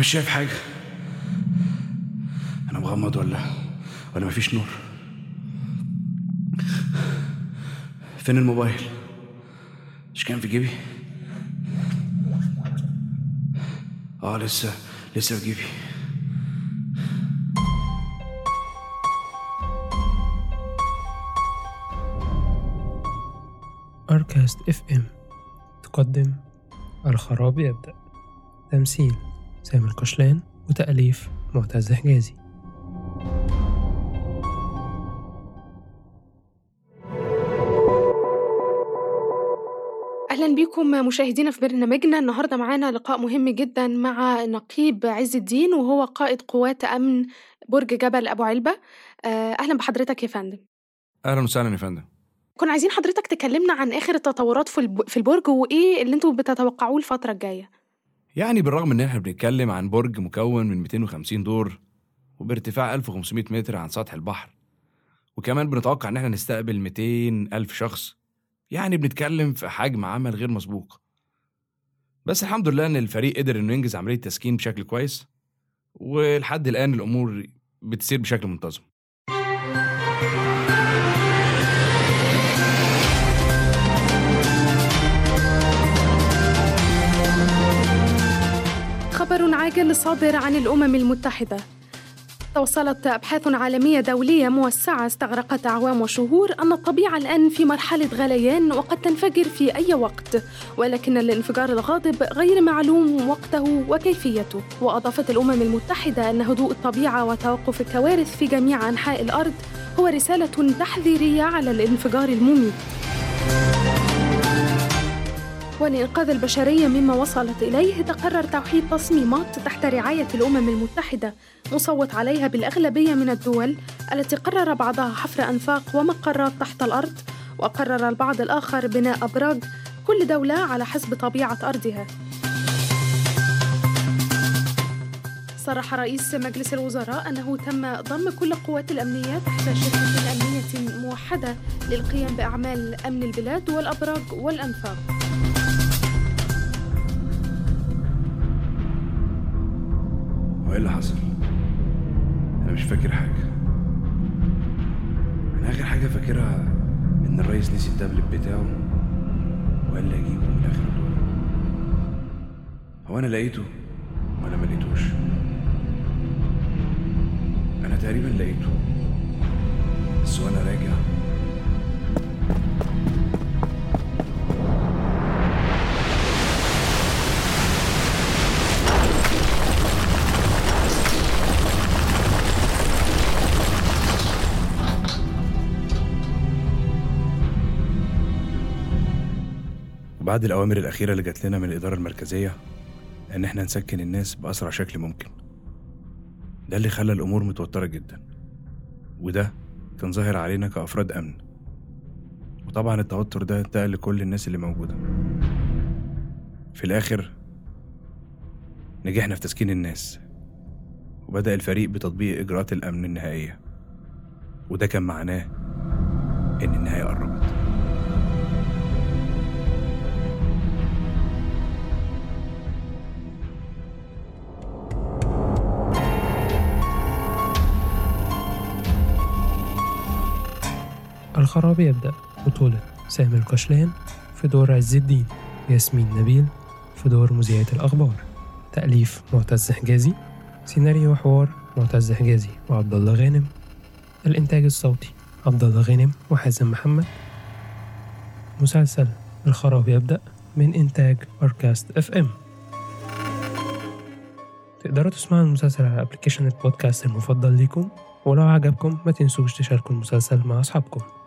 مش شايف حاجة. أنا مغمض ولا مفيش نور؟ فين الموبايل؟ مش كان في جيبي؟ لسه في جيبي. أركاست FM تقدم الخراب يبدأ. تمثيل سامي القشلان وتأليف معتز حجازي. أهلا بكم مشاهدينا في برنامجنا. النهاردة معانا لقاء مهم جدا مع نقيب عز الدين، وهو قائد قوات أمن برج جبل أبو علبة. أهلا بحضرتك يا فندم. أهلا وسهلا يا فندم. كنا عايزين حضرتك تكلمنا عن آخر التطورات في البرج، وإيه اللي انتوا بتتوقعوه الفترة الجاية. يعني بالرغم إن احنا بنتكلم عن برج مكون من 250 دور وبارتفاع 1500 متر عن سطح البحر، وكمان بنتوقع إن احنا نستقبل 200,000 شخص، يعني بنتكلم في حجم عمل غير مسبوق. بس الحمد لله إن الفريق قدر إنه ينجز عملية تسكين بشكل كويس، ولحد الآن الأمور بتسير بشكل منتظم. خبر عاجل صادر عن الأمم المتحدة. توصلت أبحاث عالمية دولية موسعة استغرقت أعوام وشهور أن الطبيعة الآن في مرحلة غليان وقد تنفجر في أي وقت، ولكن الانفجار الغاضب غير معلوم وقته وكيفيته. وأضافت الأمم المتحدة أن هدوء الطبيعة وتوقف الكوارث في جميع أنحاء الأرض هو رسالة تحذيرية على الانفجار المميت. ولإنقاذ البشرية مما وصلت إليه تقرر توحيد تصميمات تحت رعاية الأمم المتحدة مصوت عليها بالأغلبية من الدول التي قرر بعضها حفر أنفاق ومقرات تحت الأرض، وقرر البعض الآخر بناء أبراج، كل دولة على حسب طبيعة أرضها. صرح رئيس مجلس الوزراء أنه تم ضم كل القوات الأمنية تحت شركة أمنية موحدة للقيام بأعمال أمن البلاد والأبراج والأنفاق. وإيه اللي حصل؟ أنا مش فاكر حاجة. أنا آخر حاجة فاكرها إن الرئيس نسي التابلت بتاعه وقال لي أجيبه من آخر الدور. هو أنا لقيته ولا ما لقيتوش؟ أنا تقريبا لقيته، بس وأنا راجع بعد الأوامر الأخيرة اللي جات لنا من الإدارة المركزية إن إحنا نسكن الناس بأسرع شكل ممكن. ده اللي خلى الأمور متوترة جدا، وده كان ظاهر علينا كأفراد أمن، وطبعا التوتر ده انتقل لكل الناس اللي موجودة. في الآخر نجحنا في تسكين الناس، وبدأ الفريق بتطبيق إجراءات الأمن النهائية، وده كان معناه إن النهاية قربت. الخراب يبدأ. بطولة سامي القشلان في دور عز الدين، ياسمين نبيل في دور مذيعة الأخبار. تأليف معتز حجازي، سيناريو وحوار معتز حجازي وعبد الله غانم. الإنتاج الصوتي عبد الله غانم وحازم محمد. مسلسل الخراب يبدأ من إنتاج أركاست FM. تقدروا تسمعوا المسلسل على أبليكيشن البودكاست المفضل لكم، ولو عجبكم ما تنسوش تشاركوا المسلسل مع أصحابكم.